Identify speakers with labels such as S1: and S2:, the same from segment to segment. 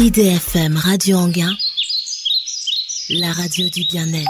S1: IDFM Radio Anguin, la radio du bien-être.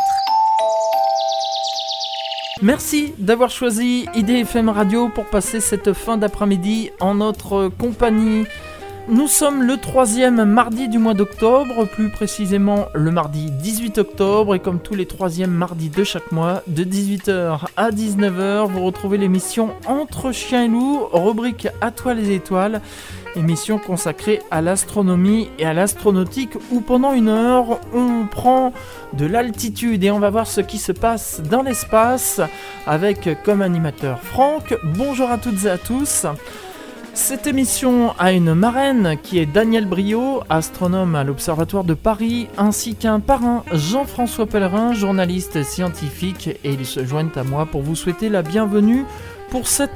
S2: Merci d'avoir choisi IDFM Radio pour passer cette fin d'après-midi en notre compagnie. Nous sommes le 3e mardi du mois d'octobre, plus précisément le mardi 18 octobre, et comme tous les 3e mardis de chaque mois, de 18h à 19h, vous retrouvez l'émission Entre Chiens et Loups, rubrique À toi les étoiles, émission consacrée à l'astronomie et à l'astronautique, où pendant une heure, on prend de l'altitude et on va voir ce qui se passe dans l'espace, avec comme animateur Franck. Bonjour à toutes et à tous. Cette émission a une marraine qui est Daniel Briot, astronome à l'Observatoire de Paris, ainsi qu'un parrain, Jean-François Pellerin, journaliste scientifique, et ils se joignent à moi pour vous souhaiter la bienvenue pour cette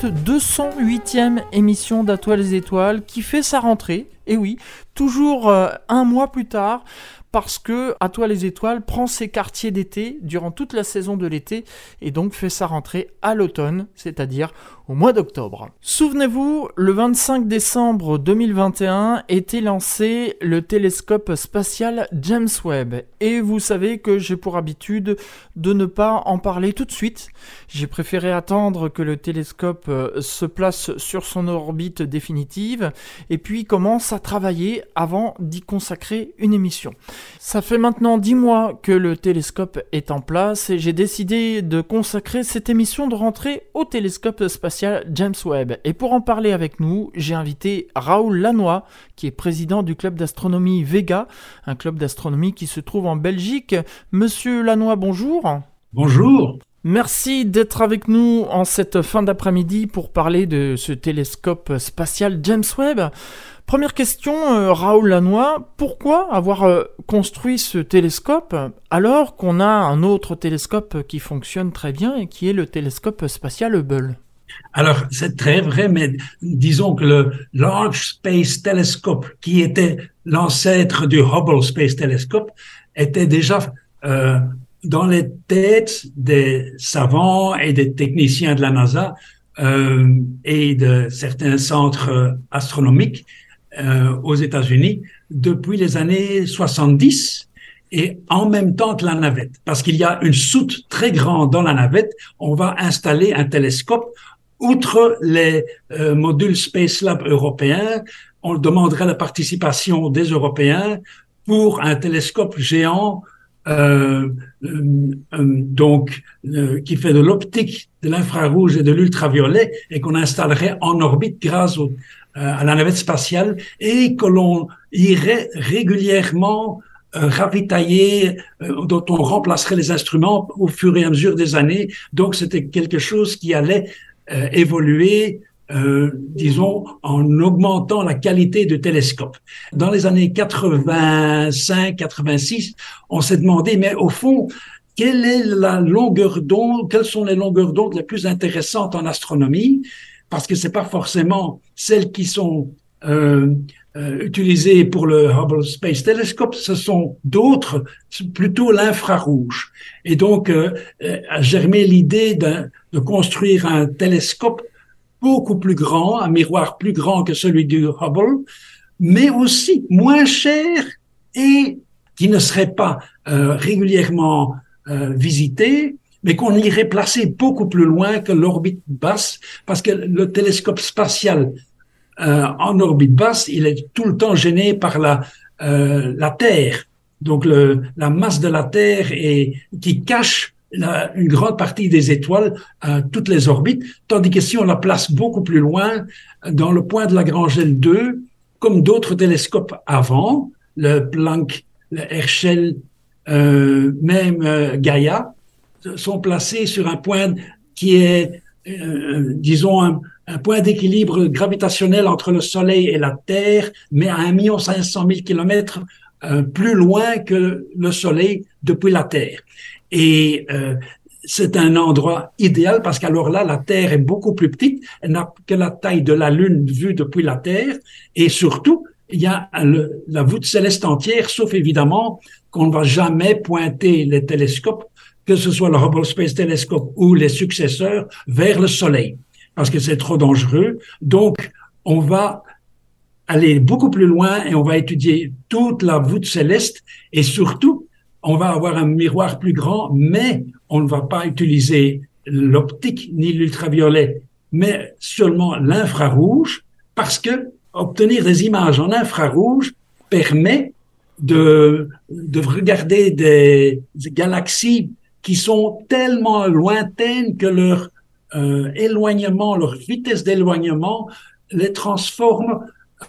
S2: 208e émission d'À toi les étoiles qui fait sa rentrée, et oui, toujours un mois plus tard, parce que À toi les étoiles prend ses quartiers d'été durant toute la saison de l'été et donc fait sa rentrée à l'automne, c'est-à-dire au mois d'octobre. Souvenez-vous, le 25 décembre 2021 était lancé le télescope spatial James Webb. Et vous savez que j'ai pour habitude de ne pas en parler tout de suite. J'ai préféré attendre que le télescope se place sur son orbite définitive et puis commence à travailler avant d'y consacrer une émission. Ça fait maintenant 10 mois que le télescope est en place et j'ai décidé de consacrer cette émission de rentrée au télescope spatial James Webb. Et pour en parler avec nous, j'ai invité Raoul Lannoy, qui est président du club d'astronomie Vega, un club d'astronomie qui se trouve en Belgique. Monsieur Lannoy, bonjour.
S3: Bonjour.
S2: Merci d'être avec nous en cette fin d'après-midi pour parler de ce télescope spatial James Webb. Première question, Raoul Lannoy, pourquoi avoir construit ce télescope alors qu'on a un autre télescope qui fonctionne très bien et qui est le télescope spatial Hubble ?
S3: Alors, c'est très vrai, mais disons que le Large Space Telescope, qui était l'ancêtre du Hubble Space Telescope, était déjà dans les têtes des savants et des techniciens de la NASA et de certains centres astronomiques aux États-Unis depuis les années 70 et en même temps que la navette. Parce qu'il y a une soute très grande dans la navette, on va installer un télescope. Outre les modules Space Lab européens, on demanderait la participation des Européens pour un télescope géant qui fait de l'optique, de l'infrarouge et de l'ultraviolet et qu'on installerait en orbite grâce à la navette spatiale et que l'on irait régulièrement ravitailler, dont on remplacerait les instruments au fur et à mesure des années. Donc, c'était quelque chose qui allait évoluer, disons, en augmentant la qualité du télescope. Dans les années 85-86, on s'est demandé, mais au fond, quelle est la longueur d'onde, quelles sont les longueurs d'onde les plus intéressantes en astronomie? Parce que c'est pas forcément celles qui sont utilisées pour le Hubble Space Telescope, ce sont d'autres, plutôt l'infrarouge. Et donc, a germé l'idée de construire un télescope beaucoup plus grand, un miroir plus grand que celui du Hubble, mais aussi moins cher et qui ne serait pas régulièrement visité, mais qu'on irait placer beaucoup plus loin que l'orbite basse, parce que le télescope spatial en orbite basse, il est tout le temps gêné par la Terre. Donc la masse de la Terre qui cache une grande partie des étoiles à toutes les orbites, tandis que si on la place beaucoup plus loin, dans le point de Lagrange L2, comme d'autres télescopes avant, le Planck, le Herschel, même Gaia, sont placés sur un point qui est, disons, un point d'équilibre gravitationnel entre le Soleil et la Terre, mais à 1 500 000 kilomètres plus loin que le Soleil depuis la Terre. Et c'est un endroit idéal parce qu'alors là, la Terre est beaucoup plus petite, elle n'a que la taille de la Lune vue depuis la Terre, et surtout, il y a la voûte céleste entière, sauf évidemment qu'on ne va jamais pointer les télescopes, que ce soit le Hubble Space Telescope ou les successeurs, vers le Soleil, parce que c'est trop dangereux. Donc, on va aller beaucoup plus loin et on va étudier toute la voûte céleste et surtout, on va avoir un miroir plus grand, mais on ne va pas utiliser l'optique ni l'ultraviolet, mais seulement l'infrarouge, parce que obtenir des images en infrarouge permet de regarder des galaxies qui sont tellement lointaines que leur éloignement, leur vitesse d'éloignement les transforme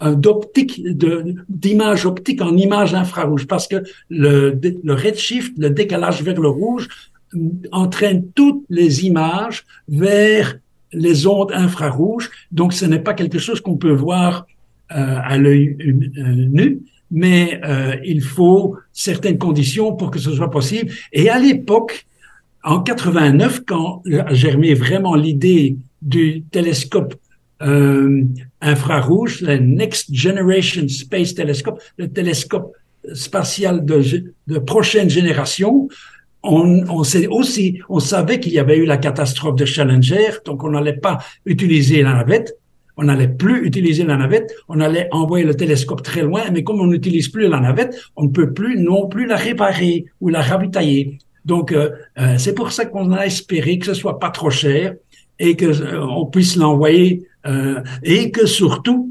S3: d'image optique en image infrarouge, parce que le redshift, le décalage vers le rouge, entraîne toutes les images vers les ondes infrarouges. Donc, ce n'est pas quelque chose qu'on peut voir à l'œil nu, mais il faut certaines conditions pour que ce soit possible. Et à l'époque, en 89, quand a germé vraiment l'idée du télescope infrarouge, le Next Generation Space Telescope, le télescope spatial de prochaine génération, on savait qu'il y avait eu la catastrophe de Challenger, donc on n'allait pas utiliser la navette, on n'allait plus utiliser la navette, on allait envoyer le télescope très loin, mais comme on n'utilise plus la navette, on ne peut plus non plus la réparer ou la ravitailler. Donc, c'est pour ça qu'on a espéré que ce soit pas trop cher et que on puisse l'envoyer et que surtout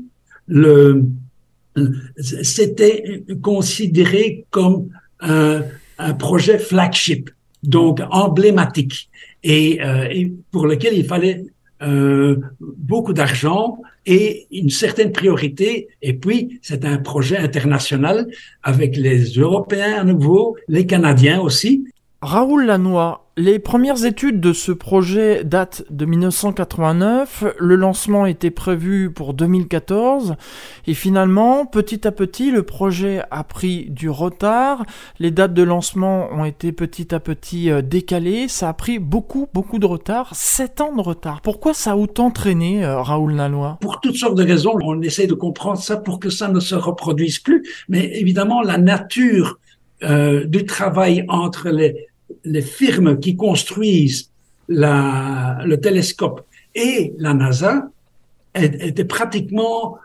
S3: c'était considéré comme un projet flagship, donc emblématique et pour lequel il fallait beaucoup d'argent et une certaine priorité. Et puis, c'est un projet international avec les Européens à nouveau, les Canadiens aussi.
S2: Raoul Lannoy, les premières études de ce projet datent de 1989, le lancement était prévu pour 2014, et finalement, petit à petit, le projet a pris du retard, les dates de lancement ont été petit à petit décalées, ça a pris beaucoup de retard, 7 ans de retard. Pourquoi ça a autant traîné, Raoul Lannoy ?
S3: Pour toutes sortes de raisons, on essaie de comprendre ça pour que ça ne se reproduise plus, mais évidemment, la nature du travail entre les firmes qui construisent le télescope et la NASA était pratiquement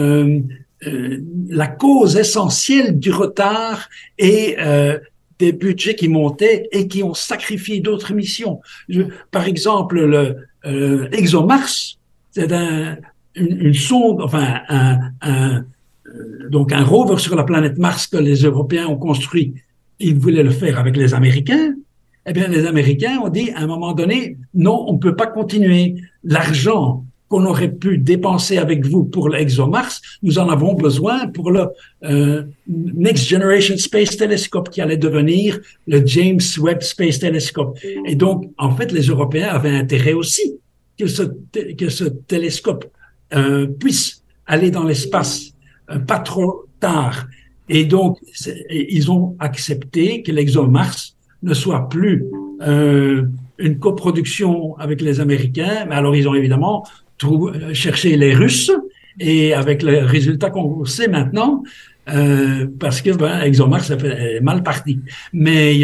S3: la cause essentielle du retard et des budgets qui montaient et qui ont sacrifié d'autres missions. Par exemple, le ExoMars, c'est une sonde, enfin donc un rover sur la planète Mars que les Européens ont construit. Ils voulaient le faire avec les Américains. Eh bien, les Américains ont dit à un moment donné, non, on ne peut pas continuer. L'argent qu'on aurait pu dépenser avec vous pour l'ExoMars, nous en avons besoin pour le Next Generation Space Telescope qui allait devenir le James Webb Space Telescope. Et donc, en fait, les Européens avaient intérêt aussi que ce télescope puisse aller dans l'espace pas trop tard. Et donc, ils ont accepté que l'ExoMars ne soit plus une coproduction avec les Américains. Mais alors, ils ont évidemment cherché les Russes, et avec le résultat qu'on sait maintenant, parce que ExoMars est mal parti. Mais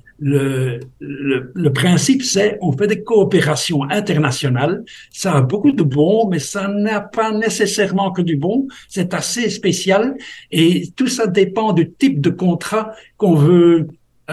S3: le principe, c'est on fait des coopérations internationales. Ça a beaucoup de bon, mais ça n'a pas nécessairement que du bon. C'est assez spécial et tout ça dépend du type de contrat qu'on veut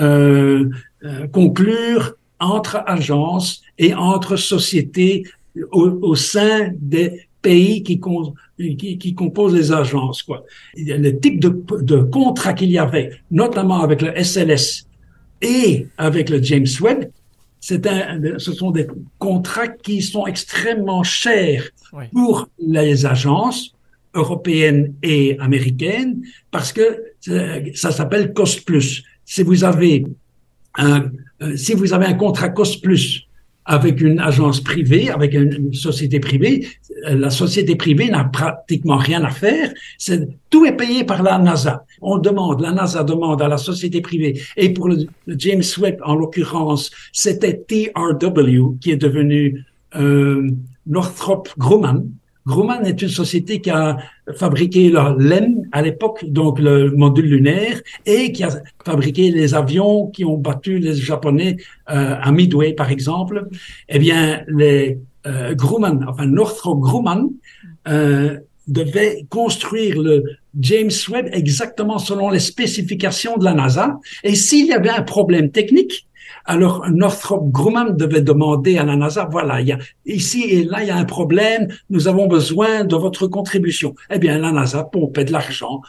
S3: conclure entre agences et entre sociétés au sein des pays qui composent les agences, quoi. Le type de contrat qu'il y avait, notamment avec le SLS et avec le James Webb, ce sont des contrats qui sont extrêmement chers pour les agences européennes et américaines parce que ça s'appelle cost plus. Si vous avez un contrat cost plus avec une agence privée, avec une société privée, la société privée n'a pratiquement rien à faire. Tout est payé par la NASA. La NASA demande à la société privée. Et pour le James Webb, en l'occurrence, c'était TRW qui est devenu Northrop Grumman. Grumman est une société qui a fabriqué le LEM à l'époque, donc le module lunaire, et qui a fabriqué les avions qui ont battu les Japonais à Midway, par exemple. Eh bien, Northrop Grumman devait construire le James Webb exactement selon les spécifications de la NASA. Et s'il y avait un problème technique, alors Northrop Grumman devait demander à la NASA, voilà, ici et là, il y a un problème, nous avons besoin de votre contribution. Eh bien, la NASA pompait de l'argent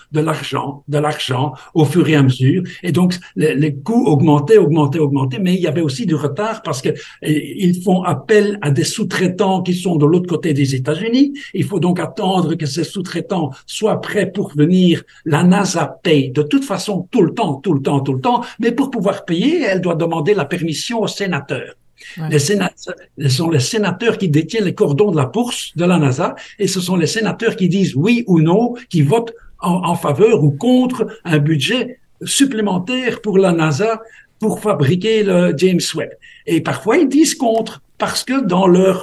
S3: au fur et à mesure. Et donc, les coûts augmentaient, mais il y avait aussi du retard parce que ils font appel à des sous-traitants qui sont de l'autre côté des États-Unis. Il faut donc attendre que ces sous-traitants soient prêts pour venir. La NASA paye de toute façon tout le temps, mais pour pouvoir payer, elle doit demander la permission aux sénateurs. Ouais. Les sénateurs, ce sont les sénateurs qui détiennent les cordons de la bourse de la NASA et ce sont les sénateurs qui disent oui ou non, qui votent en faveur ou contre un budget supplémentaire pour la NASA pour fabriquer le James Webb. Et parfois, ils disent contre parce que dans leur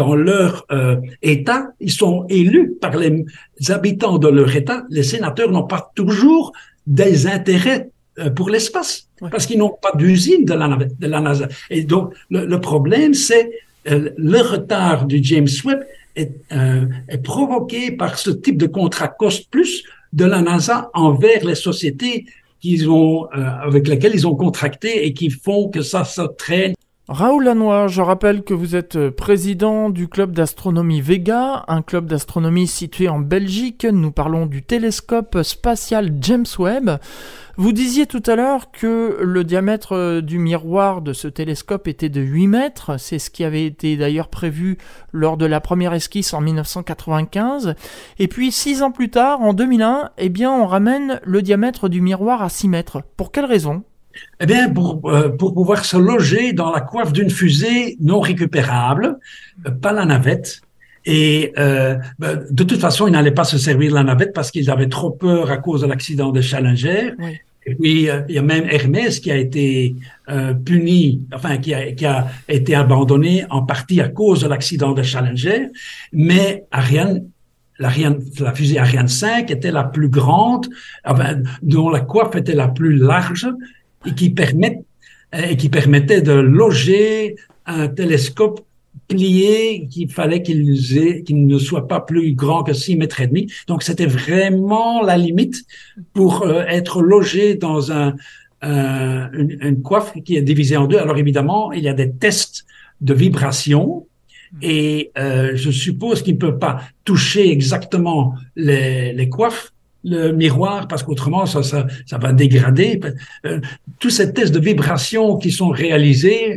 S3: État, ils sont élus par les habitants de leur État. Les sénateurs n'ont pas toujours des intérêts pour l'espace, parce qu'ils n'ont pas d'usine de la NASA. Et donc, le problème, c'est le retard du James Webb est provoqué par ce type de contrat cost plus de la NASA envers les sociétés avec lesquelles ils ont contracté et qui font que ça traîne.
S2: Raoul Lannoy, je rappelle que vous êtes président du club d'astronomie Vega, un club d'astronomie situé en Belgique. Nous parlons du télescope spatial James Webb. Vous disiez tout à l'heure que le diamètre du miroir de ce télescope était de 8 mètres. C'est ce qui avait été d'ailleurs prévu lors de la première esquisse en 1995. Et puis 6 ans plus tard, en 2001, on ramène le diamètre du miroir à 6 mètres. Pour quelle raison ?
S3: Eh bien, pour pouvoir se loger dans la coiffe d'une fusée non récupérable, pas la navette. Et de toute façon, il n'allait pas se servir de la navette parce qu'ils avaient trop peur à cause de l'accident de Challenger. Oui. Et puis, il y a même Hermès qui a été puni, enfin, qui a été abandonné en partie à cause de l'accident de Challenger. Mais Ariane, la fusée Ariane 5 était la plus grande, dont la coiffe était la plus large et qui permettait de loger un télescope plié qu'il fallait qu'il ne soit pas plus grand que 6 mètres et demi. Donc, c'était vraiment la limite pour être logé dans une coiffe qui est divisée en deux. Alors, évidemment, il y a des tests de vibration et je suppose qu'il ne peut pas toucher exactement les coiffes, le miroir, parce qu'autrement, ça va dégrader. Tous ces tests de vibration qui sont réalisés,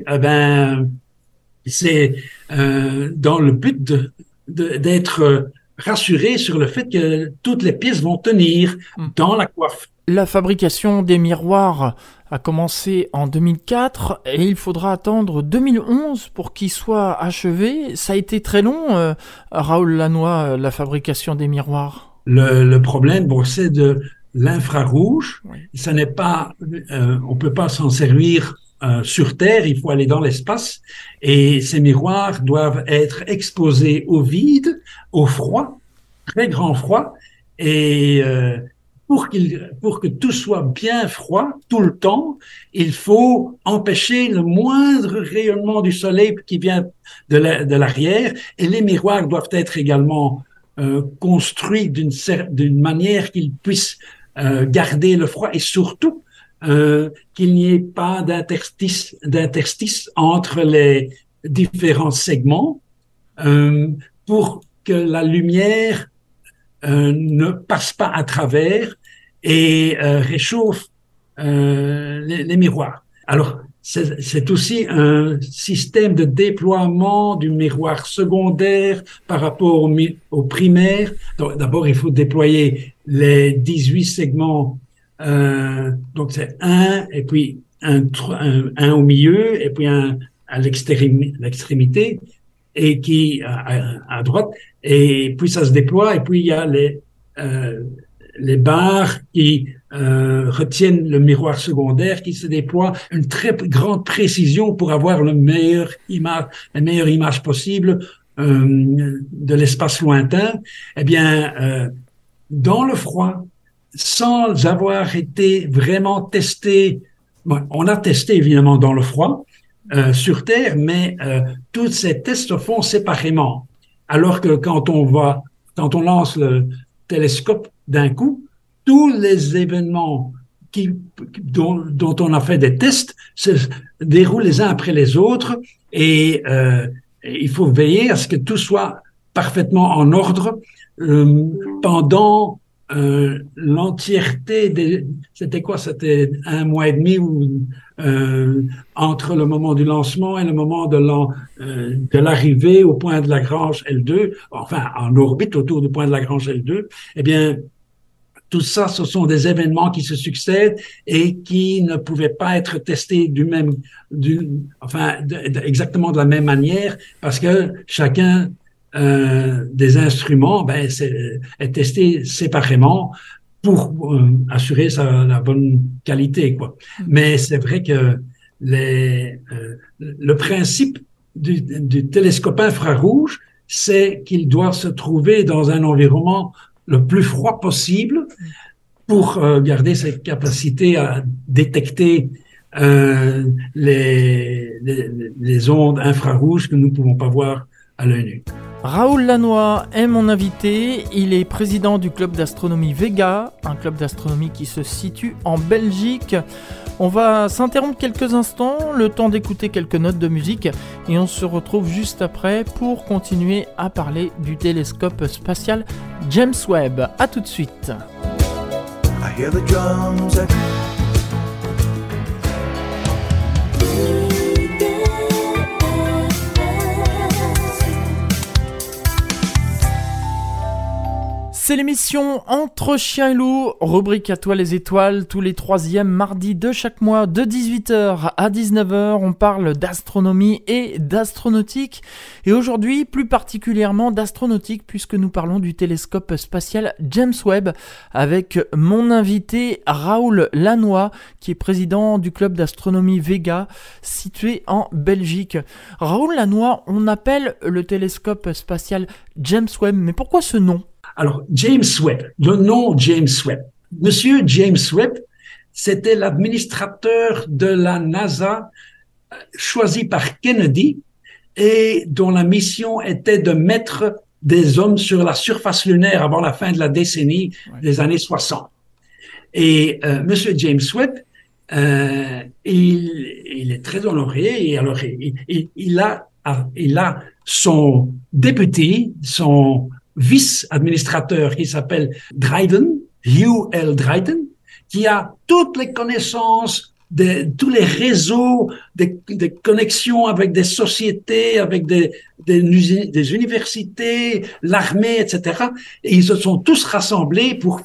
S3: c'est dans le but d'être rassuré sur le fait que toutes les pièces vont tenir dans la coiffe.
S2: La fabrication des miroirs a commencé en 2004 et il faudra attendre 2011 pour qu'ils soient achevés. Ça a été très long, Raoul Lannoy, la fabrication des miroirs.
S3: Le problème, c'est de l'infrarouge. Oui. Ça n'est pas, on peut pas s'en servir sur Terre. Il faut aller dans l'espace. Et ces miroirs doivent être exposés au vide, au froid, très grand froid. Et pour que tout soit bien froid tout le temps, il faut empêcher le moindre rayonnement du soleil qui vient de l'arrière. Et les miroirs doivent être également construit d'une manière qu'il puisse garder le froid et surtout qu'il n'y ait pas d'interstice entre les différents segments pour que la lumière ne passe pas à travers et réchauffe les miroirs. Alors, c'est aussi un système de déploiement du miroir secondaire par rapport au primaire. Donc, d'abord, il faut déployer les 18 segments. Donc, c'est un, et puis un au milieu, et puis un à l'extrémité, et qui à droite. Et puis, ça se déploie, et puis il y a les barres qui retiennent le miroir secondaire qui se déploie une très grande précision pour avoir la meilleure image possible de l'espace lointain. Eh bien, dans le froid, sans avoir été vraiment testé, on a testé évidemment dans le froid sur Terre, mais tous ces tests se font séparément. Alors que quand on va quand on lance le télescope d'un coup, tous les événements dont on a fait des tests se déroulent les uns après les autres et il faut veiller à ce que tout soit parfaitement en ordre pendant l'entièreté c'était quoi? C'était 1 mois et demi entre le moment du lancement et le moment de l'arrivée au point de Lagrange L2, enfin en orbite autour du point de Lagrange L2. Eh bien, tout ça, ce sont des événements qui se succèdent et qui ne pouvaient pas être testés exactement de la même manière parce que chacun des instruments est testé séparément pour assurer la bonne qualité, quoi. Mais c'est vrai que le principe du télescope infrarouge, c'est qu'il doit se trouver dans un environnement le plus froid possible pour garder cette capacité à détecter les ondes infrarouges que nous ne pouvons pas voir à l'œil nu.
S2: Raoul Lannoy est mon invité, il est président du club d'astronomie Vega, un club d'astronomie qui se situe en Belgique. On va s'interrompre quelques instants, le temps d'écouter quelques notes de musique, et on se retrouve juste après pour continuer à parler du télescope spatial James Webb. A tout de suite.
S4: I hear the drums echo.
S2: C'est l'émission Entre Chien et Loup, rubrique à toi les étoiles, tous les 3e mardis de chaque mois de 18h à 19h. On parle d'astronomie et d'astronautique. Et aujourd'hui, plus particulièrement d'astronautique, puisque nous parlons du télescope spatial James Webb avec mon invité Raoul Lannoy, qui est président du club d'astronomie Vega, situé en Belgique. Raoul Lannoy, on appelle le télescope spatial James Webb, mais pourquoi ce nom ?
S3: Alors, James Webb, le nom James Webb. Monsieur James Webb, c'était l'administrateur de la NASA choisi par Kennedy et dont la mission était de mettre des hommes sur la surface lunaire avant la fin de la décennie des années 60. Et Monsieur James Webb, il est très honoré et alors il a son député, son vice-administrateur qui s'appelle Dryden, Hugh L. Dryden, qui a toutes les connaissances de tous les réseaux, des connexions avec des sociétés, avec des universités, l'armée, etc. Et ils se sont tous rassemblés pour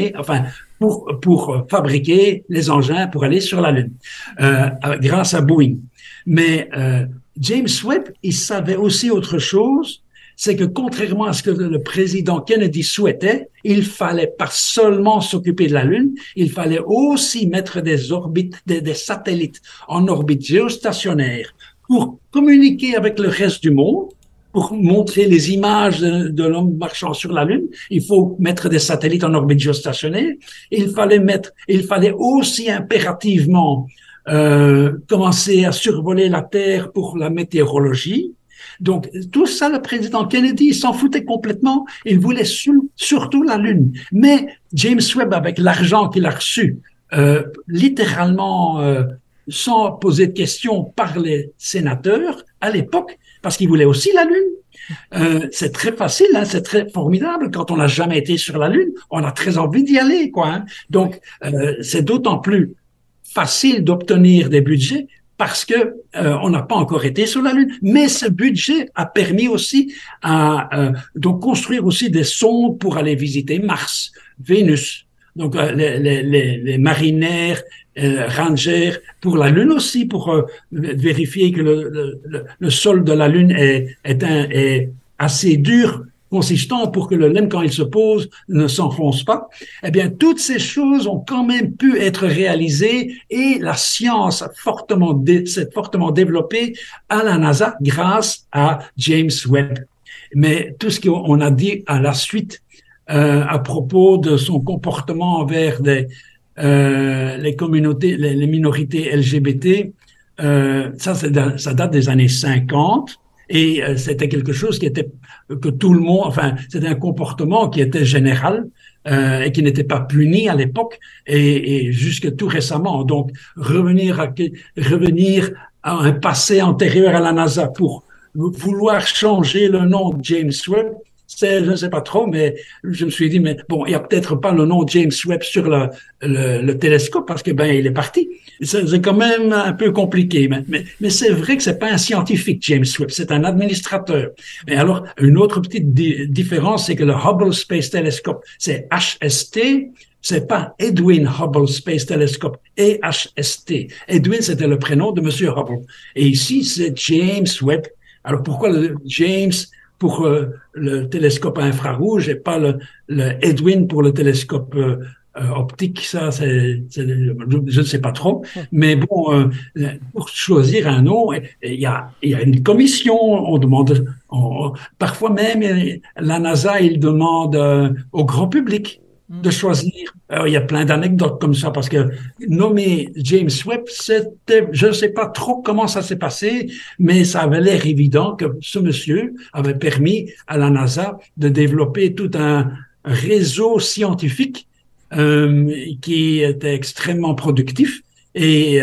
S3: fabriquer les engins pour aller sur la Lune, grâce à Boeing. Mais James Webb, il savait aussi autre chose, c'est que contrairement à ce que le président Kennedy souhaitait, il fallait pas seulement s'occuper de la Lune, il fallait aussi mettre des satellites en orbite géostationnaire pour communiquer avec le reste du monde, pour montrer les images de l'homme marchant sur la Lune. Il faut mettre des satellites en orbite géostationnaire. Il fallait aussi impérativement commencer à survoler la Terre pour la météorologie. Donc, tout ça, le président Kennedy, il s'en foutait complètement. Il voulait surtout la Lune. Mais James Webb, avec l'argent qu'il a reçu, littéralement, sans poser de questions par les sénateurs à l'époque, parce qu'il voulait aussi la Lune. C'est très facile, hein, c'est très formidable. Quand on n'a jamais été sur la Lune, on a très envie d'y aller, quoi. Hein. Donc, c'est d'autant plus facile d'obtenir des budgets parce que on n'a pas encore été sur la Lune, mais ce budget a permis aussi donc construire aussi des sondes pour aller visiter Mars, Vénus. Donc les marinaires, rangers pour la Lune aussi, pour vérifier que le sol de la Lune est assez dur, consistant pour que le LEM, quand il se pose, ne s'enfonce pas. Eh bien, toutes ces choses ont quand même pu être réalisées et la science s'est fortement développée à la NASA grâce à James Webb. Mais tout ce qu'on a dit à la suite à propos de son comportement envers les communautés, les minorités LGBT, ça date des années 50. Et c'était quelque chose que tout le monde, enfin, c'était un comportement qui était général et qui n'était pas puni à l'époque et jusque tout récemment. Donc, revenir à un passé antérieur à la NASA pour vouloir changer le nom de James Webb, je ne sais pas trop, mais je me suis dit, mais bon, il n'y a peut-être pas le nom de James Webb sur le télescope parce que il est parti. C'est quand même un peu compliqué, mais c'est vrai que c'est pas un scientifique, James Webb, c'est un administrateur. Et alors, une autre petite différence, c'est que le Hubble Space Telescope, c'est HST, c'est pas Edwin Hubble Space Telescope, EHST. Edwin, c'était le prénom de Monsieur Hubble. Et ici, c'est James Webb. Alors, pourquoi le James pour le télescope à infrarouge et pas le Edwin pour le télescope optique, ça, je ne sais pas trop. Mais bon, pour choisir un nom, il y a une commission, on demande, parfois même, la NASA, il demande au grand public de choisir. Alors, il y a plein d'anecdotes comme ça, parce que nommer James Webb, je ne sais pas trop comment ça s'est passé, mais ça avait l'air évident que ce monsieur avait permis à la NASA de développer tout un réseau scientifique qui était extrêmement productif et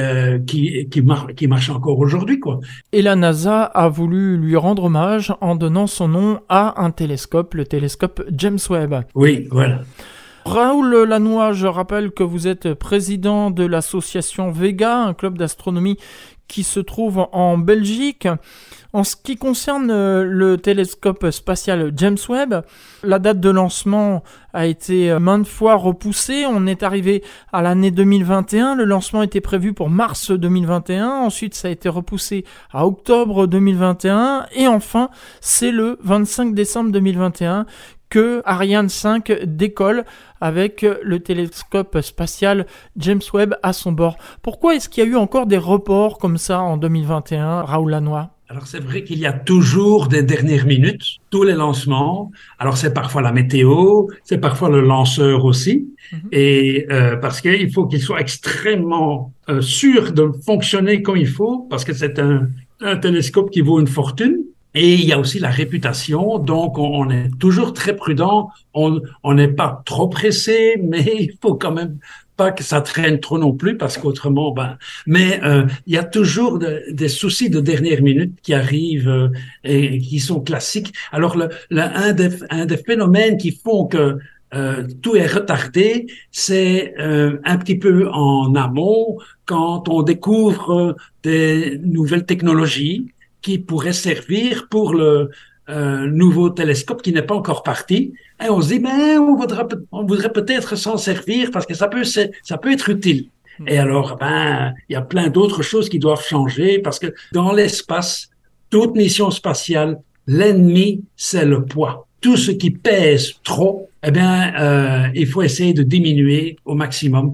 S3: qui marche encore aujourd'hui, quoi.
S2: Et la NASA a voulu lui rendre hommage en donnant son nom à un télescope, le télescope James Webb.
S3: Oui, voilà.
S2: Raoul Lannoy, je rappelle que vous êtes président de l'association Vega, un club d'astronomie qui se trouve en Belgique. En ce qui concerne le télescope spatial James Webb, la date de lancement a été maintes fois repoussée. On est arrivé à l'année 2021. Le lancement était prévu pour mars 2021. Ensuite, ça a été repoussé à octobre 2021. Et enfin, c'est le 25 décembre 2021 que Ariane 5 décolle avec le télescope spatial James Webb à son bord. Pourquoi est-ce qu'il y a eu encore des reports comme ça en 2021, Raoul Lannoy ?
S3: Alors, c'est vrai qu'il y a toujours des dernières minutes, tous les lancements. Alors, c'est parfois la météo, c'est parfois le lanceur aussi. Et parce qu'il faut qu'il soit extrêmement sûr de fonctionner comme il faut, parce que c'est un télescope qui vaut une fortune. Et il y a aussi la réputation, donc on est toujours très prudent, on n'est pas trop pressé, mais il faut quand même pas que ça traîne trop non plus, parce qu'autrement, mais il y a toujours des soucis de dernière minute qui arrivent et qui sont classiques. Alors un des phénomènes qui font que tout est retardé, c'est un petit peu en amont, quand on découvre des nouvelles technologies qui pourrait servir pour le nouveau télescope qui n'est pas encore parti. Et on se dit, on voudrait peut-être s'en servir parce que ça peut être utile. Et alors, il y a plein d'autres choses qui doivent changer parce que dans l'espace, toute mission spatiale, l'ennemi, c'est le poids. Tout ce qui pèse trop, il faut essayer de diminuer au maximum.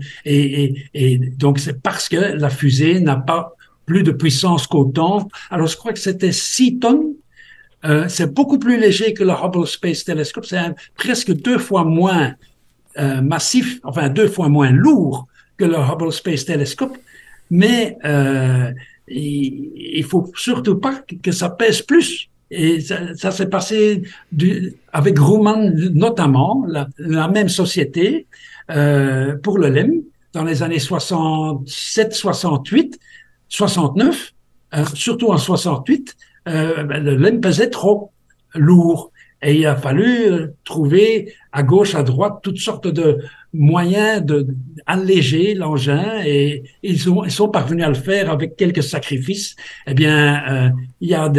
S3: Et donc, c'est parce que la fusée n'a pas plus de puissance qu'autant. Alors, je crois que c'était 6 tonnes. C'est beaucoup plus léger que le Hubble Space Telescope. C'est presque 2 fois moins massif, enfin 2 fois moins lourd que le Hubble Space Telescope. Mais il faut surtout pas que ça pèse plus. Et ça s'est passé avec Grumman notamment, la même société pour le LEM dans les années 67, 68. 69, surtout en 68, le LEM pesait trop lourd et il a fallu trouver à gauche, à droite, toutes sortes de moyens d'alléger l'engin et ils sont parvenus à le faire avec quelques sacrifices. Il y a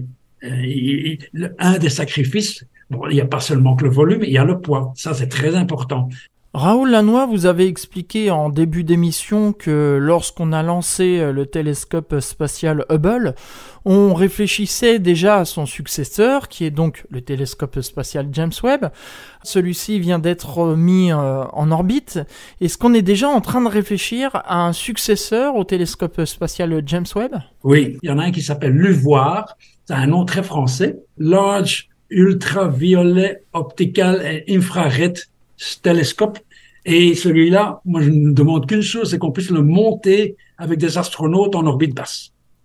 S3: un des sacrifices, il n'y a pas seulement que le volume, il y a le poids. Ça, c'est très important.
S2: Raoul Lannoy, vous avez expliqué en début d'émission que lorsqu'on a lancé le télescope spatial Hubble, on réfléchissait déjà à son successeur, qui est donc le télescope spatial James Webb. Celui-ci vient d'être mis en orbite. Est-ce qu'on est déjà en train de réfléchir à un successeur au télescope spatial James Webb ?
S3: Oui, il y en a un qui s'appelle LUVOIR, c'est un nom très français, Large Ultraviolet Optical and Infrared Télescope. Et celui-là, moi, je ne demande qu'une chose, c'est qu'on puisse le monter avec des astronautes en orbite basse.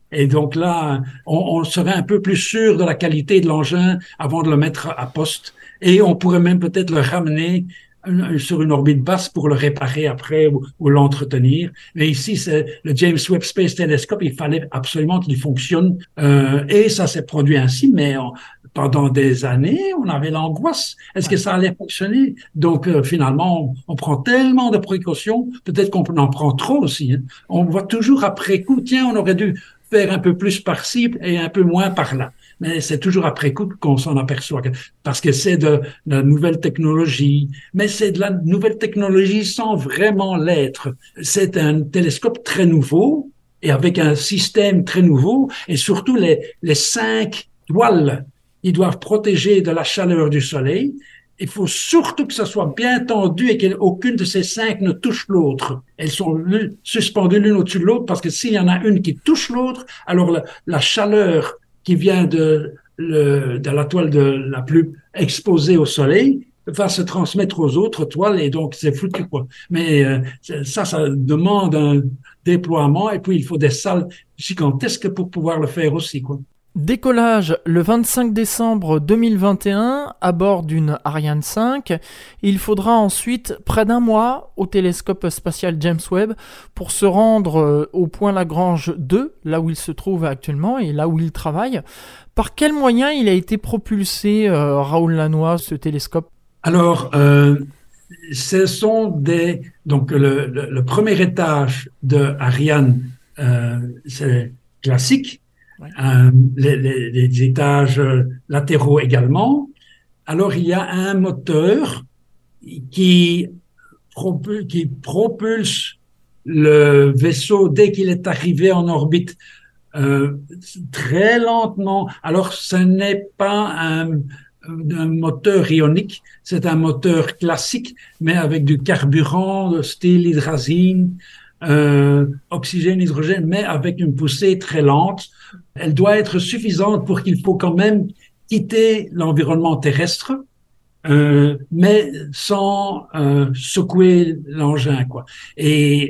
S3: Et donc là, on serait un peu plus sûr de la qualité de l'engin avant de le mettre à poste. Et on pourrait même peut-être le ramener sur une orbite basse pour le réparer après ou l'entretenir. Mais ici, c'est le James Webb Space Telescope, il fallait absolument qu'il fonctionne. Et ça s'est produit ainsi, mais pendant des années, on avait l'angoisse. Est-ce que ça allait fonctionner? Donc, finalement, on prend tellement de précautions, peut-être qu'on en prend trop aussi. Hein. On voit toujours après coup, tiens, on aurait dû faire un peu plus par-ci et un peu moins par-là. Mais c'est toujours après coup qu'on s'en aperçoit, parce que c'est de la nouvelle technologie, mais c'est de la nouvelle technologie sans vraiment l'être. C'est un télescope très nouveau et avec un système très nouveau, et surtout les 5 toiles qui doivent protéger de la chaleur du soleil. Il faut surtout que ça soit bien tendu et qu'aucune de ces 5 ne touche l'autre. Elles sont suspendues l'une au-dessus de l'autre, parce que s'il y en a une qui touche l'autre, alors la chaleur qui vient de la toile la plus exposée au soleil va se transmettre aux autres toiles, et donc c'est foutu, quoi. Mais ça demande un déploiement, et puis il faut des salles gigantesques pour pouvoir le faire aussi, quoi.
S2: Décollage le 25 décembre 2021 à bord d'une Ariane 5. Il faudra ensuite près d'un mois au télescope spatial James Webb pour se rendre au point Lagrange 2, là où il se trouve actuellement et là où il travaille. Par quels moyens il a été propulsé, Raoul Lannoy, ce télescope?
S3: Alors, ce sont donc le premier étage de Ariane, c'est classique. Ouais. Les étages latéraux également. Alors, il y a un moteur qui propulse le vaisseau dès qu'il est arrivé en orbite, très lentement. Alors, ce n'est pas un moteur ionique, c'est un moteur classique, mais avec du carburant de style hydrazine, oxygène, hydrogène, mais avec une poussée très lente. Elle doit être suffisante pour qu'il faut quand même quitter l'environnement terrestre, mais sans secouer l'engin, quoi. Et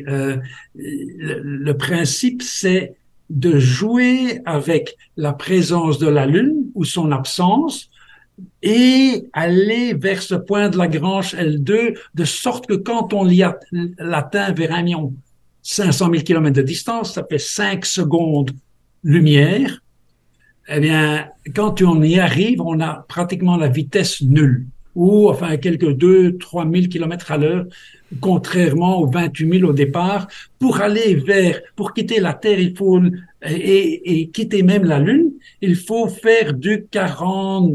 S3: le principe, c'est de jouer avec la présence de la Lune ou son absence et aller vers ce point de Lagrange L2, de sorte que quand on l'atteint vers 500 000 km de distance, ça fait 5 secondes lumière. Eh bien, quand on y arrive, on a pratiquement la vitesse nulle, ou enfin quelques 2-3 000 km à l'heure, contrairement aux 28 000 au départ. Pour quitter la Terre, il faut, et quitter même la Lune, il faut faire du 40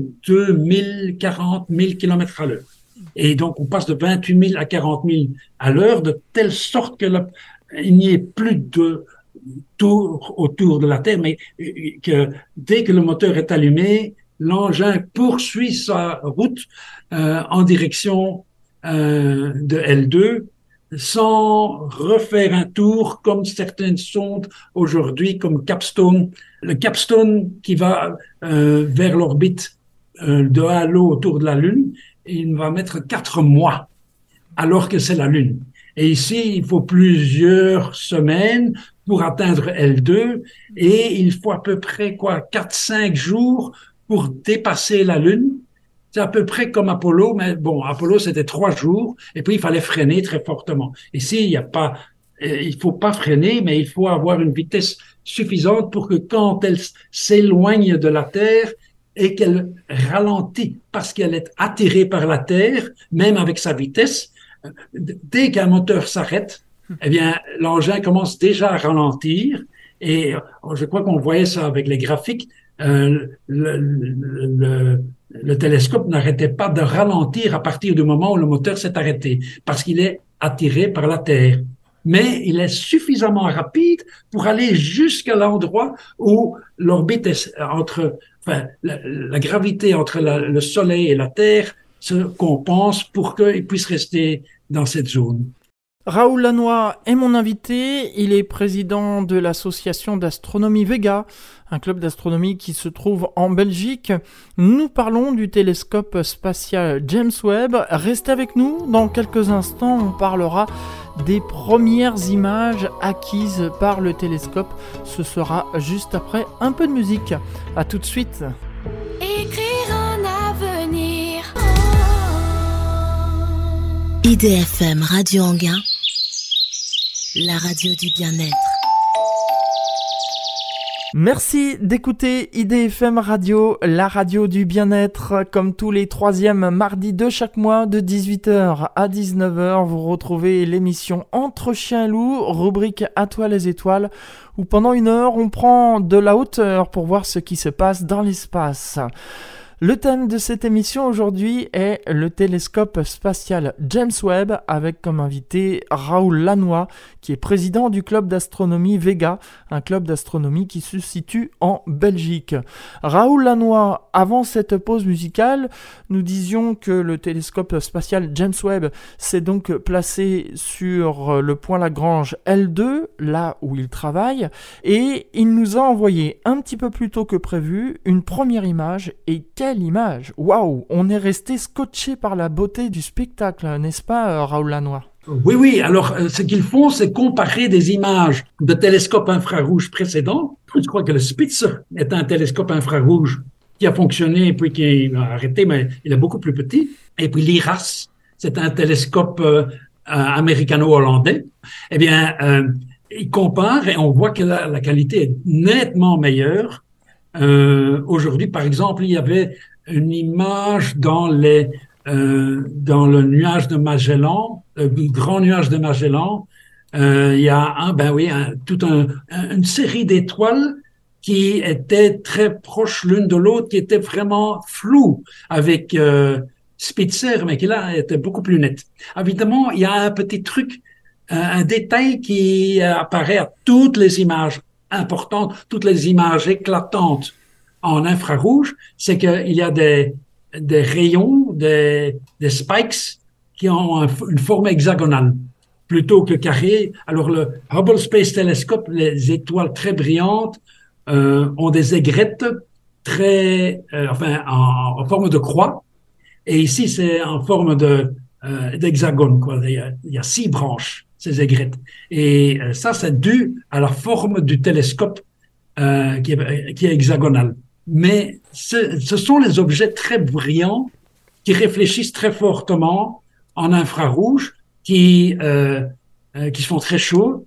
S3: 000 km à l'heure. Et donc, on passe de 28 000 à 40 000 à l'heure, de telle sorte que il n'y ait plus de tour autour de la Terre, mais que dès que le moteur est allumé, l'engin poursuit sa route en direction de L2 sans refaire un tour comme certaines sondes aujourd'hui, comme Capstone. Le Capstone qui va vers l'orbite de Halo autour de la Lune, il va mettre 4 mois, alors que c'est la Lune. Et ici, il faut plusieurs semaines pour atteindre L2 et il faut à peu près 4-5 jours pour dépasser la Lune. C'est à peu près comme Apollo, mais bon, Apollo c'était 3 jours et puis il fallait freiner très fortement. Ici, il faut pas freiner, mais il faut avoir une vitesse suffisante pour que quand elle s'éloigne de la Terre et qu'elle ralentit parce qu'elle est attirée par la Terre, même avec sa vitesse, dès qu'un moteur s'arrête, eh bien, l'engin commence déjà à ralentir. Et je crois qu'on voyait ça avec les graphiques. Le télescope n'arrêtait pas de ralentir à partir du moment où le moteur s'est arrêté, parce qu'il est attiré par la Terre. Mais il est suffisamment rapide pour aller jusqu'à l'endroit où l'orbite est la gravité entre le Soleil et la Terre se compense pour qu'il puisse rester dans cette zone.
S2: Raoul Lannoy est mon invité, il est président de l'association d'astronomie Vega, un club d'astronomie qui se trouve en Belgique. Nous parlons du télescope spatial James Webb. Restez avec nous, dans quelques instants on parlera des premières images acquises par le télescope. Ce sera juste après un peu de musique. À tout de suite.
S1: Écrire un avenir. IDFM Radio Anguin, la radio du bien-être.
S2: Merci d'écouter IDFM Radio, la radio du bien-être. Comme tous les troisièmes mardis de chaque mois, de 18h à 19h, vous retrouvez l'émission Entre chiens et loups, rubrique À toi les étoiles, où pendant 1 heure, on prend de la hauteur pour voir ce qui se passe dans l'espace. Le thème de cette émission aujourd'hui est le télescope spatial James Webb, avec comme invité Raoul Lannoy, qui est président du club d'astronomie Vega, un club d'astronomie qui se situe en Belgique. Raoul Lannoy, avant cette pause musicale, nous disions que le télescope spatial James Webb s'est donc placé sur le point Lagrange L2, là où il travaille, et il nous a envoyé un petit peu plus tôt que prévu une première image. Et quelle image! Waouh! On est resté scotché par la beauté du spectacle, n'est-ce pas, Raoul Lannoy?
S3: Oui. Alors, ce qu'ils font, c'est comparer des images de télescopes infrarouges précédents. Je crois que le Spitzer est un télescope infrarouge qui a fonctionné puis qui a arrêté, mais il est beaucoup plus petit. Et puis l'IRAS, c'est un télescope américano-hollandais. Eh bien, ils comparent et on voit que la qualité est nettement meilleure. Aujourd'hui, par exemple, il y avait une image dans le nuage de Magellan, le grand nuage de Magellan. Il y a une série d'étoiles qui étaient très proches l'une de l'autre, qui étaient vraiment floues avec Spitzer, mais qui là était beaucoup plus net. Évidemment, il y a un petit truc, un détail qui apparaît à toutes les images importantes, toutes les images éclatantes en infrarouge, c'est qu'il y a des rayons, des spikes qui ont une forme hexagonale plutôt que carrée. Alors le Hubble Space Telescope, les étoiles très brillantes ont des aigrettes très, en forme de croix. Et ici, c'est en forme d'hexagone, quoi. Il y a 6 branches, ces aigrettes. Et ça, c'est dû à la forme du télescope qui est hexagonale. Mais ce sont les objets très brillants qui réfléchissent très fortement en infrarouge, qui sont très chauds,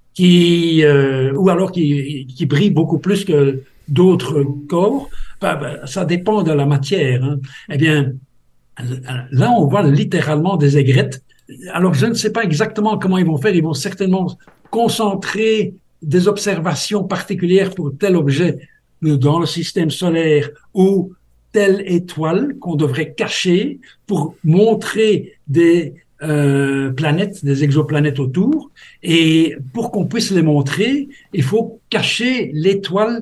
S3: ou alors qui brillent beaucoup plus que d'autres corps. Ça dépend de la matière, hein. Eh bien, là, on voit littéralement des aigrettes. Alors, je ne sais pas exactement comment ils vont faire. Ils vont certainement concentrer des observations particulières pour tel objet dans le système solaire ou telle étoile qu'on devrait cacher pour montrer des planètes, des exoplanètes autour. Et pour qu'on puisse les montrer, il faut cacher l'étoile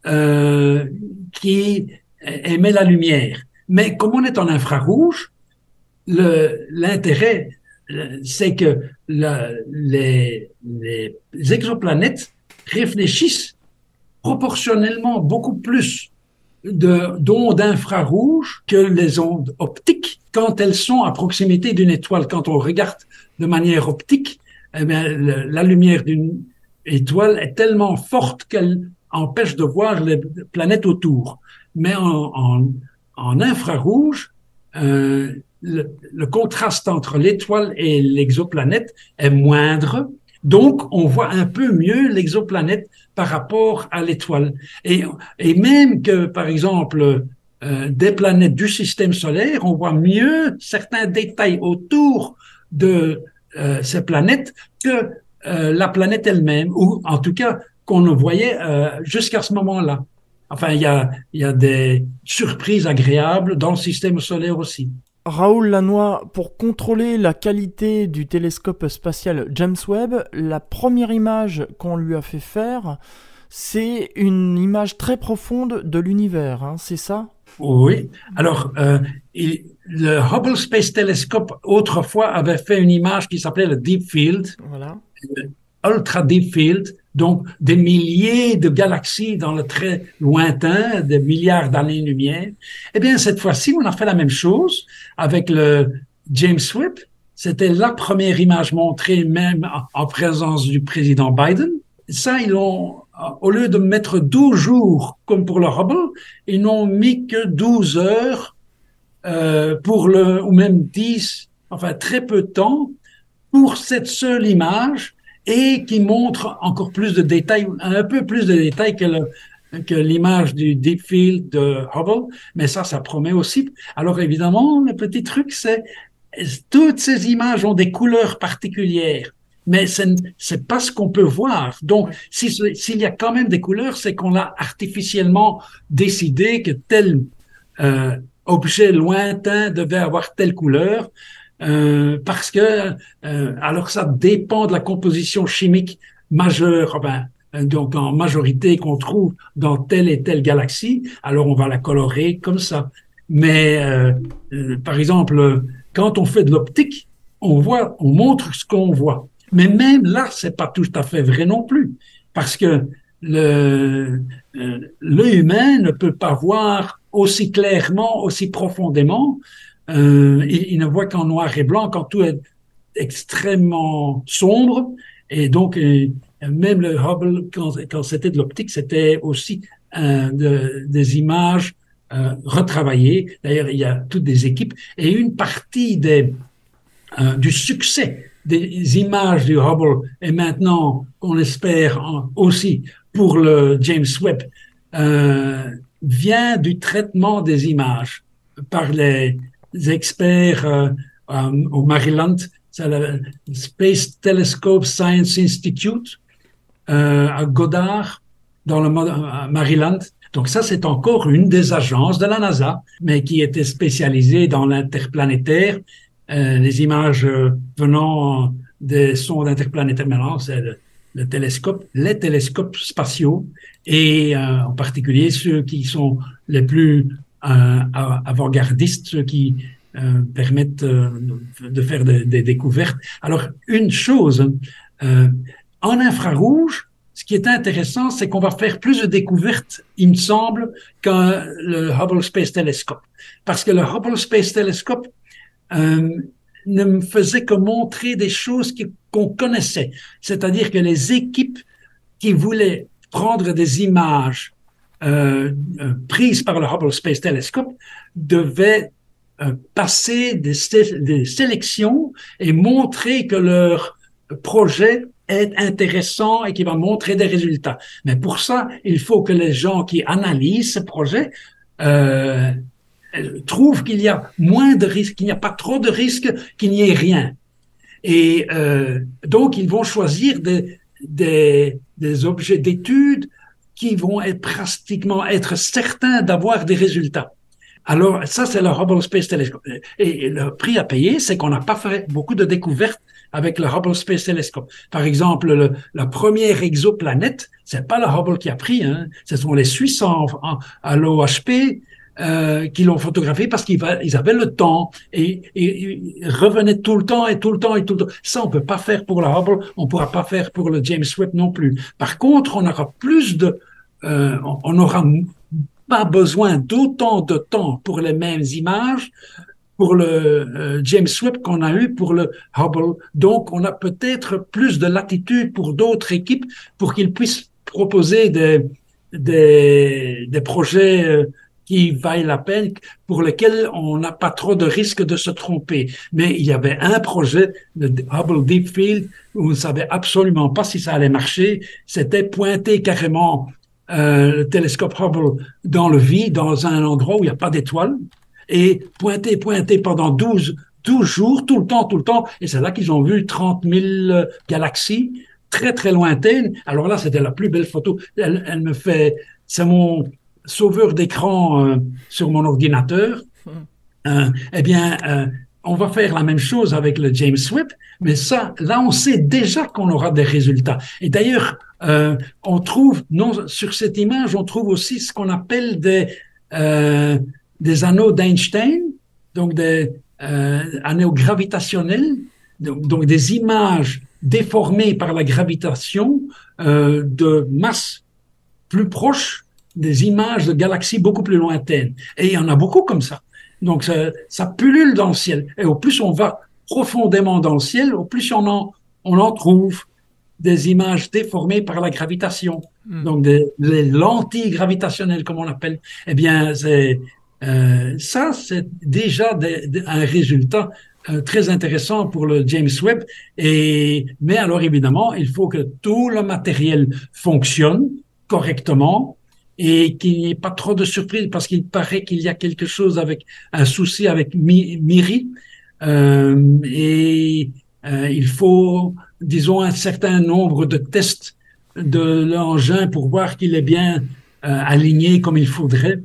S3: qui émet la lumière. Mais comme on est en infrarouge, l'intérêt, c'est que les exoplanètes réfléchissent proportionnellement beaucoup plus d'ondes infrarouges que les ondes optiques quand elles sont à proximité d'une étoile. Quand on regarde de manière optique, eh bien, la lumière d'une étoile est tellement forte qu'elle empêche de voir les planètes autour. Mais en infrarouge, le contraste entre l'étoile et l'exoplanète est moindre. Donc, on voit un peu mieux l'exoplanète par rapport à l'étoile. Et même que, par exemple, des planètes du système solaire, on voit mieux certains détails autour de ces planètes que la planète elle-même, ou en tout cas qu'on ne voyait jusqu'à ce moment-là. Enfin, il y a des surprises agréables dans le système solaire aussi.
S2: Raoul Lannoy, pour contrôler la qualité du télescope spatial James Webb, la première image qu'on lui a fait faire, c'est une image très profonde de l'univers, hein, c'est ça?
S3: Oui. Alors, le Hubble Space Telescope, autrefois, avait fait une image qui s'appelait le Deep Field,
S2: voilà.
S3: Ultra Deep Field, donc des milliers de galaxies dans le très lointain, des milliards d'années-lumière. Eh bien, cette fois-ci, on a fait la même chose avec le James Webb c'était la première image montrée même en présence du président Biden. Ça, ils l'ont, au lieu de mettre 12 jours comme pour le Hubble, ils n'ont mis que 12 heures ou même 10, enfin très peu de temps pour cette seule image et qui montre encore plus de détails, un peu plus de détails que l'image du Deep Field de Hubble, mais ça promet aussi. Alors évidemment, le petit truc, c'est toutes ces images ont des couleurs particulières, mais c'est pas ce qu'on peut voir. Donc, s'il y a quand même des couleurs, c'est qu'on a artificiellement décidé que tel objet lointain devait avoir telle couleur, parce que alors ça dépend de la composition chimique majeure, donc en majorité qu'on trouve dans telle et telle galaxie, alors on va la colorer comme ça. Mais par exemple, quand on fait de l'optique, on montre ce qu'on voit. Mais même là, c'est pas tout à fait vrai non plus, parce que l'œil humain ne peut pas voir aussi clairement, aussi profondément. Il ne voit qu'en noir et blanc, quand tout est extrêmement sombre. Et donc, même le Hubble, quand c'était de l'optique, c'était aussi des images retravaillées. D'ailleurs, il y a toutes des équipes. Et une partie du succès des images du Hubble, et maintenant, on espère aussi pour le James Webb, vient du traitement des images par les experts au Maryland, c'est le Space Telescope Science Institute à Goddard, dans le Maryland. Donc ça, c'est encore une des agences de la NASA, mais qui était spécialisée dans l'interplanétaire. Les images venant des sondes interplanétaires, maintenant, c'est les télescopes spatiaux, et en particulier ceux qui sont les plus avant-gardistes, ceux qui permettent de faire des découvertes. Alors, une chose, en infrarouge, ce qui est intéressant, c'est qu'on va faire plus de découvertes, il me semble, que le Hubble Space Telescope. Parce que le Hubble Space Telescope ne me faisait que montrer des choses qu'on connaissait. C'est-à-dire que les équipes qui voulaient prendre des images prises par le Hubble Space Telescope devaient passer des sélections et montrer que leur projet est intéressant et qui va montrer des résultats. Mais pour ça, il faut que les gens qui analysent ce projet trouvent qu'il y a moins de risques, qu'il n'y a pas trop de risques, qu'il n'y ait rien. Et donc, ils vont choisir des objets d'étude qui vont pratiquement être certains d'avoir des résultats. Alors, ça, c'est le Hubble Space Telescope. Et le prix à payer, c'est qu'on n'a pas fait beaucoup de découvertes avec le Hubble Space Telescope. Par exemple, la première exoplanète, c'est pas le Hubble qui a pris, hein. Ce sont les Suisses à l'OHP qui l'ont photographié parce qu'ils avaient le temps et ils revenaient tout le temps. Ça, on peut pas faire pour le Hubble, on pourra pas faire pour le James Webb non plus. Par contre, on aura on aura pas besoin d'autant de temps pour les mêmes images pour le James Webb qu'on a eu pour le Hubble. Donc, on a peut-être plus de latitude pour d'autres équipes pour qu'ils puissent proposer des projets qui vaillent la peine, pour lesquels on n'a pas trop de risque de se tromper. Mais il y avait un projet, le Hubble Deep Field, où on ne savait absolument pas si ça allait marcher. C'était pointer carrément le télescope Hubble dans le vide, dans un endroit où il n'y a pas d'étoiles, et pointer pendant 12 jours, tout le temps, et c'est là qu'ils ont vu 30 000 galaxies très, très lointaines. Alors là, c'était la plus belle photo. C'est mon sauveur d'écran sur mon ordinateur. On va faire la même chose avec le James Webb, mais ça, là, on sait déjà qu'on aura des résultats. Et d'ailleurs, on trouve, sur cette image, on trouve aussi ce qu'on appelle des anneaux d'Einstein, donc des anneaux gravitationnels, donc des images déformées par la gravitation de masse plus proche, des images de galaxies beaucoup plus lointaines. Et il y en a beaucoup comme ça. Donc, ça pullule dans le ciel. Et au plus on va profondément dans le ciel, au plus on en trouve des images déformées par la gravitation. Donc des lentilles gravitationnelles, comme on l'appelle. Eh bien, ça, c'est déjà un résultat très intéressant pour le James Webb. Mais alors, évidemment, il faut que tout le matériel fonctionne correctement et qu'il n'y ait pas trop de surprises, parce qu'il paraît qu'il y a quelque chose avec un souci avec MIRI. Il faut, disons, un certain nombre de tests de l'engin pour voir qu'il est bien aligné comme il faudrait.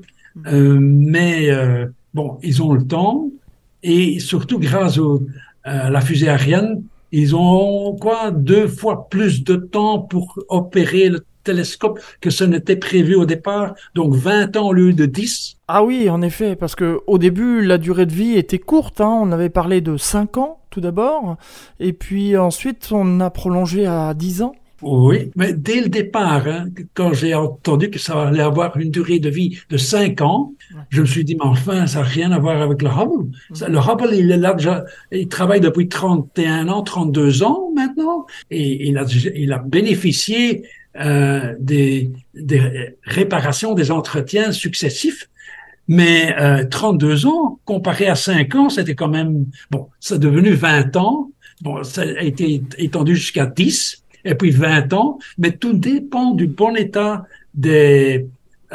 S3: Bon, ils ont le temps, et surtout grâce à la fusée Ariane, ils ont 2 fois plus de temps pour opérer le télescope que ce n'était prévu au départ, donc 20 ans au lieu de 10.
S2: Ah oui, en effet, parce que au début, la durée de vie était courte, hein. On avait parlé de 5 ans tout d'abord, et puis ensuite on a prolongé à 10 ans.
S3: Oui, mais dès le départ, quand j'ai entendu que ça allait avoir une durée de vie de 5 ans, je me suis dit, mais enfin, ça n'a rien à voir avec le Hubble. Le Hubble, il est là déjà, il travaille depuis 31 ans, 32 ans maintenant, et il a bénéficié des réparations, des entretiens successifs. Mais 32 ans, comparé à 5 ans, c'était quand même... Bon, c'est devenu 20 ans. Bon, ça a été étendu jusqu'à 10, et puis 20 ans. Mais tout dépend du bon état du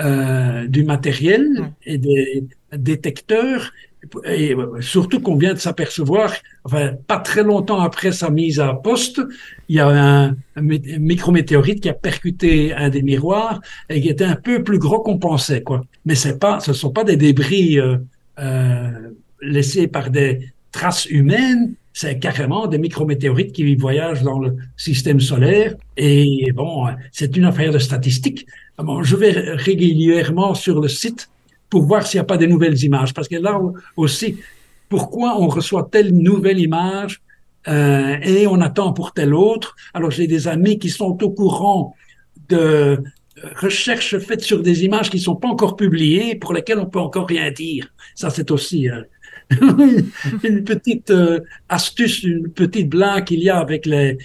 S3: matériel et des détecteurs. Et surtout qu'on vient de s'apercevoir, enfin, pas très longtemps après sa mise à poste, il y a un micrométéorite qui a percuté un des miroirs et qui était un peu plus gros qu'on pensait, quoi. Mais ce sont pas des débris laissés par des traces humaines, c'est carrément des micrométéorites qui voyagent dans le système solaire. Et bon, c'est une affaire de statistique. Bon, je vais régulièrement sur le site pour voir s'il n'y a pas de nouvelles images. Parce que là aussi, pourquoi on reçoit telle nouvelle image et on attend pour telle autre? Alors, j'ai des amis qui sont au courant de recherches faites sur des images qui ne sont pas encore publiées, pour lesquelles on peut encore rien dire. Ça, c'est aussi une petite astuce, une petite blague qu'il y a avec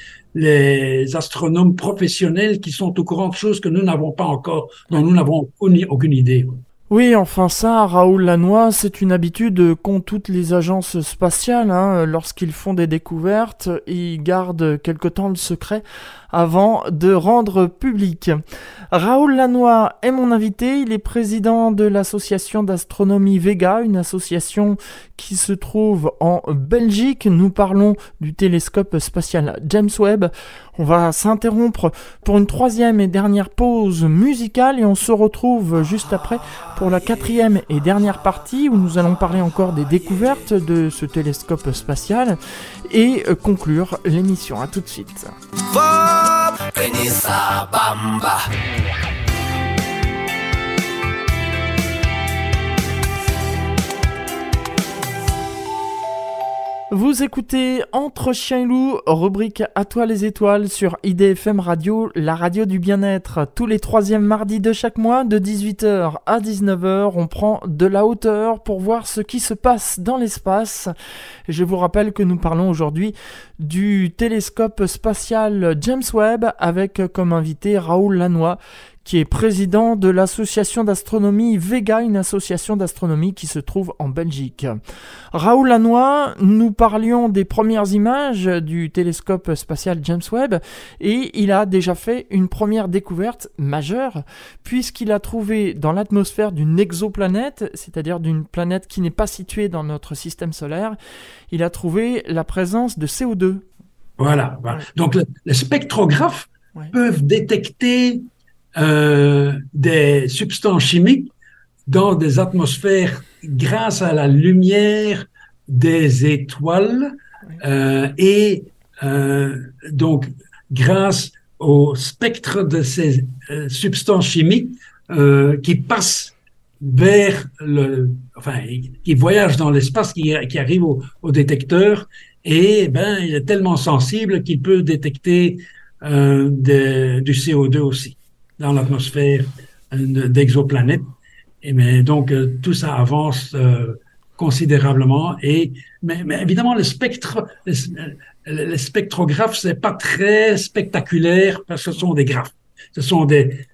S3: les astronomes professionnels qui sont au courant de choses que nous n'avons pas encore, dont nous n'avons aucune idée.
S2: Oui, enfin ça, Raoul Lannoy, c'est une habitude qu'ont toutes les agences spatiales, hein. Lorsqu'ils font des découvertes, ils gardent quelque temps le secret avant de rendre public. Raoul Lannoy est mon invité, il est président de l'association d'astronomie Vega, une association qui se trouve en Belgique. Nous parlons du télescope spatial James Webb. On va s'interrompre pour une 3e et dernière pause musicale et on se retrouve juste après pour la 4e et dernière partie où nous allons parler encore des découvertes de ce télescope spatial et conclure l'émission. À tout de suite. Vous écoutez Entre Chien et Loup, rubrique À toi les étoiles sur IDFM Radio, la radio du bien-être. Tous les 3e mardis de chaque mois, de 18h à 19h, on prend de la hauteur pour voir ce qui se passe dans l'espace. Je vous rappelle que nous parlons aujourd'hui du télescope spatial James Webb avec comme invité Raoul Lannoy, qui est président de l'association d'astronomie Vega, une association d'astronomie qui se trouve en Belgique. Raoul Lannoy, nous parlions des premières images du télescope spatial James Webb et il a déjà fait une première découverte majeure puisqu'il a trouvé dans l'atmosphère d'une exoplanète, c'est-à-dire d'une planète qui n'est pas située dans notre système solaire, il a trouvé la présence de CO2.
S3: Voilà. Donc les spectrographes peuvent détecter des substances chimiques dans des atmosphères grâce à la lumière des étoiles donc grâce au spectre de ces substances chimiques qui passent vers qui voyagent dans l'espace, qui arrivent au détecteur et il est tellement sensible qu'il peut détecter du CO2 aussi dans l'atmosphère d'exoplanètes. Et donc, tout ça avance considérablement. Mais évidemment, les spectrographes, c'est pas très spectaculaire parce que ce sont des graphes. Ce sont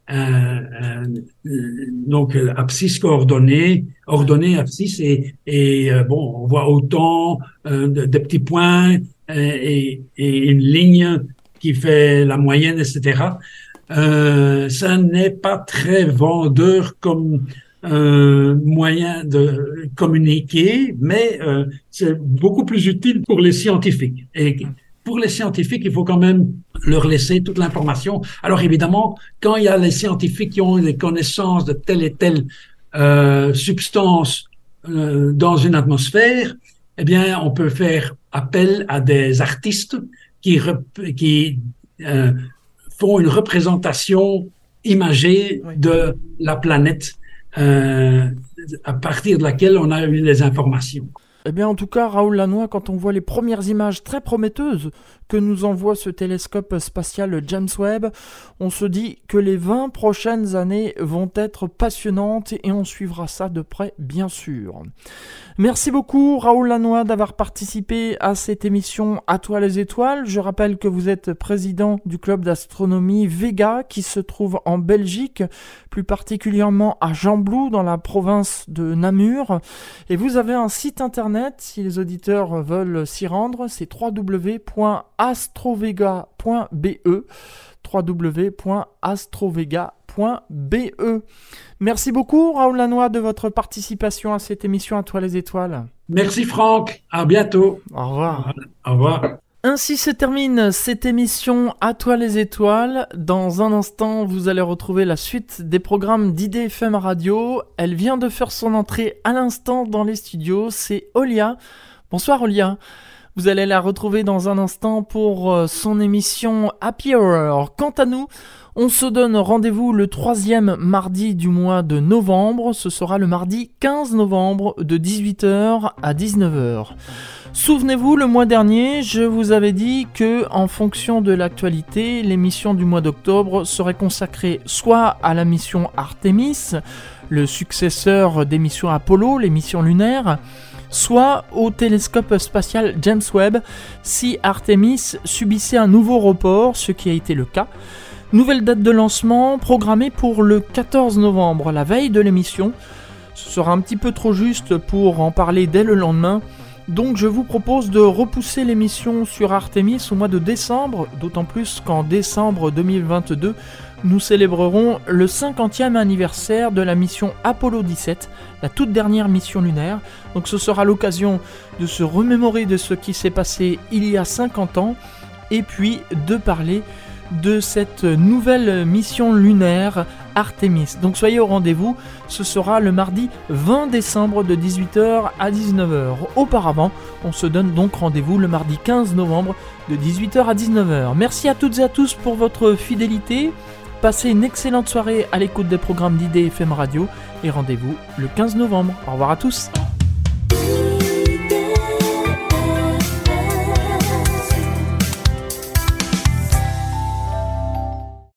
S3: donc abscisses coordonnées, ordonnées abscisses bon, on voit autant de petits points et une ligne qui fait la moyenne, etc. Ça n'est pas très vendeur comme moyen de communiquer, mais c'est beaucoup plus utile pour les scientifiques. Et pour les scientifiques, il faut quand même leur laisser toute l'information. Alors évidemment, quand il y a les scientifiques qui ont les connaissances de telle et telle substance dans une atmosphère, eh bien, on peut faire appel à des artistes qui font une représentation imagée de la planète à partir de laquelle on a eu les informations.
S2: Eh bien, en tout cas, Raoul Lannoy, quand on voit les premières images très prometteuses que nous envoie ce télescope spatial James Webb, on se dit que les 20 prochaines années vont être passionnantes et on suivra ça de près, bien sûr. Merci beaucoup, Raoul Lannoy, d'avoir participé à cette émission À toi les étoiles. Je rappelle que vous êtes président du club d'astronomie Vega, qui se trouve en Belgique, plus particulièrement à Gembloux, dans la province de Namur. Et vous avez un site internet, si les auditeurs veulent s'y rendre, c'est www.astrovega.be www.astrovega.be. Merci beaucoup, Raoul Lannoy, de votre participation à cette émission À toi les étoiles.
S3: Merci Franck, à bientôt.
S2: Au revoir.
S3: Au revoir.
S2: Ainsi se termine cette émission À toi les étoiles. Dans un instant, vous allez retrouver la suite des programmes d'IDFM Radio. Elle vient de faire son entrée à l'instant dans les studios, c'est Olia. Bonsoir Olia. Vous allez la retrouver dans un instant pour son émission Happy Hour. Quant à nous, on se donne rendez-vous le 3e mardi du mois de novembre. Ce sera le mardi 15 novembre de 18h à 19h. Souvenez-vous, le mois dernier, je vous avais dit que, en fonction de l'actualité, l'émission du mois d'octobre serait consacrée soit à la mission Artemis, le successeur des missions Apollo, les missions lunaires, soit au télescope spatial James Webb, si Artemis subissait un nouveau report, ce qui a été le cas. Nouvelle date de lancement programmée pour le 14 novembre, la veille de l'émission. Ce sera un petit peu trop juste pour en parler dès le lendemain. Donc je vous propose de repousser l'émission sur Artemis au mois de décembre, d'autant plus qu'en décembre 2022, nous célébrerons le 50e anniversaire de la mission Apollo 17, la toute dernière mission lunaire. Donc ce sera l'occasion de se remémorer de ce qui s'est passé il y a 50 ans, et puis de parler de cette nouvelle mission lunaire Artemis. Donc soyez au rendez-vous, ce sera le mardi 20 décembre de 18h à 19h. Auparavant, on se donne donc rendez-vous le mardi 15 novembre de 18h à 19h. Merci à toutes et à tous pour votre fidélité. Passez une excellente soirée à l'écoute des programmes d'IDFM Radio et rendez-vous le 15 novembre. Au revoir à tous.